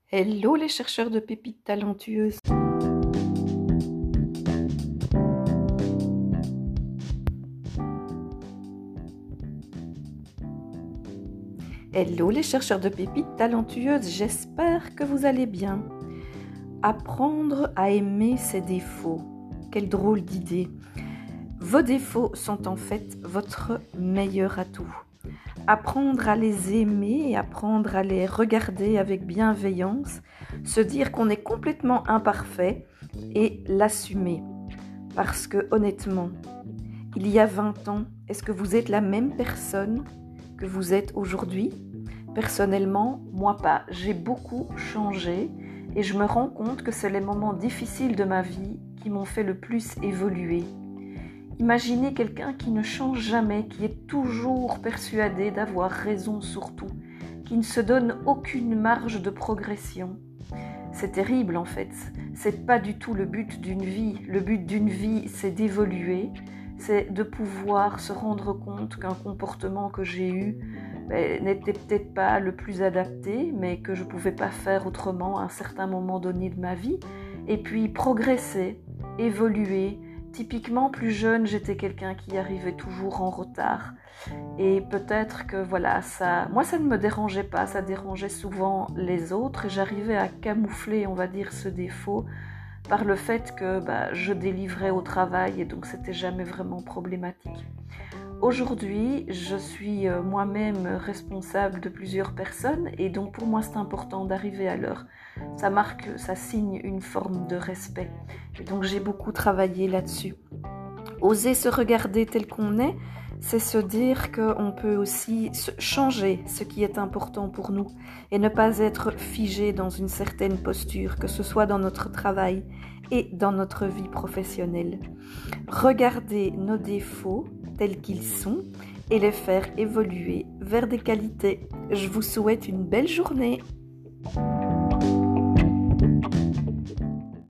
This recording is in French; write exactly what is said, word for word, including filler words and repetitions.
Hello les chercheurs de pépites talentueuses. Hello les chercheurs de pépites talentueuses, j'espère que vous allez bien. Apprendre à aimer ses défauts. Quelle drôle d'idée. Vos défauts sont en fait votre meilleur atout. Apprendre à les aimer et apprendre à les regarder avec bienveillance, se dire qu'on est complètement imparfait et l'assumer. Parce que honnêtement, il y a vingt ans, est-ce que vous êtes la même personne que vous êtes aujourd'hui ? Personnellement, moi pas. J'ai beaucoup changé et je me rends compte que c'est les moments difficiles de ma vie qui m'ont fait le plus évoluer. Imaginez quelqu'un qui ne change jamais, qui est toujours persuadé d'avoir raison sur tout, qui ne se donne aucune marge de progression. C'est terrible en fait, c'est pas du tout le but d'une vie. Le but d'une vie, c'est d'évoluer, c'est de pouvoir se rendre compte qu'un comportement que j'ai eu ben, n'était peut-être pas le plus adapté, mais que je pouvais pas faire autrement à un certain moment donné de ma vie, et puis progresser, évoluer. Typiquement, plus jeune, j'étais quelqu'un qui arrivait toujours en retard. Et peut-être que voilà, ça, moi ça ne me dérangeait pas, ça dérangeait souvent les autres et j'arrivais à camoufler, on va dire, ce défaut par le fait que bah, je délivrais au travail et donc c'était jamais vraiment problématique. Aujourd'hui, je suis moi-même responsable de plusieurs personnes et donc pour moi c'est important d'arriver à l'heure. Ça marque, ça signe une forme de respect. Et donc j'ai beaucoup travaillé là-dessus. Oser se regarder tel qu'on est, c'est se dire qu'on peut aussi changer ce qui est important pour nous et ne pas être figé dans une certaine posture, que ce soit dans notre travail et dans notre vie professionnelle. Regarder nos défauts tels qu'ils sont et les faire évoluer vers des qualités. Je vous souhaite une belle journée.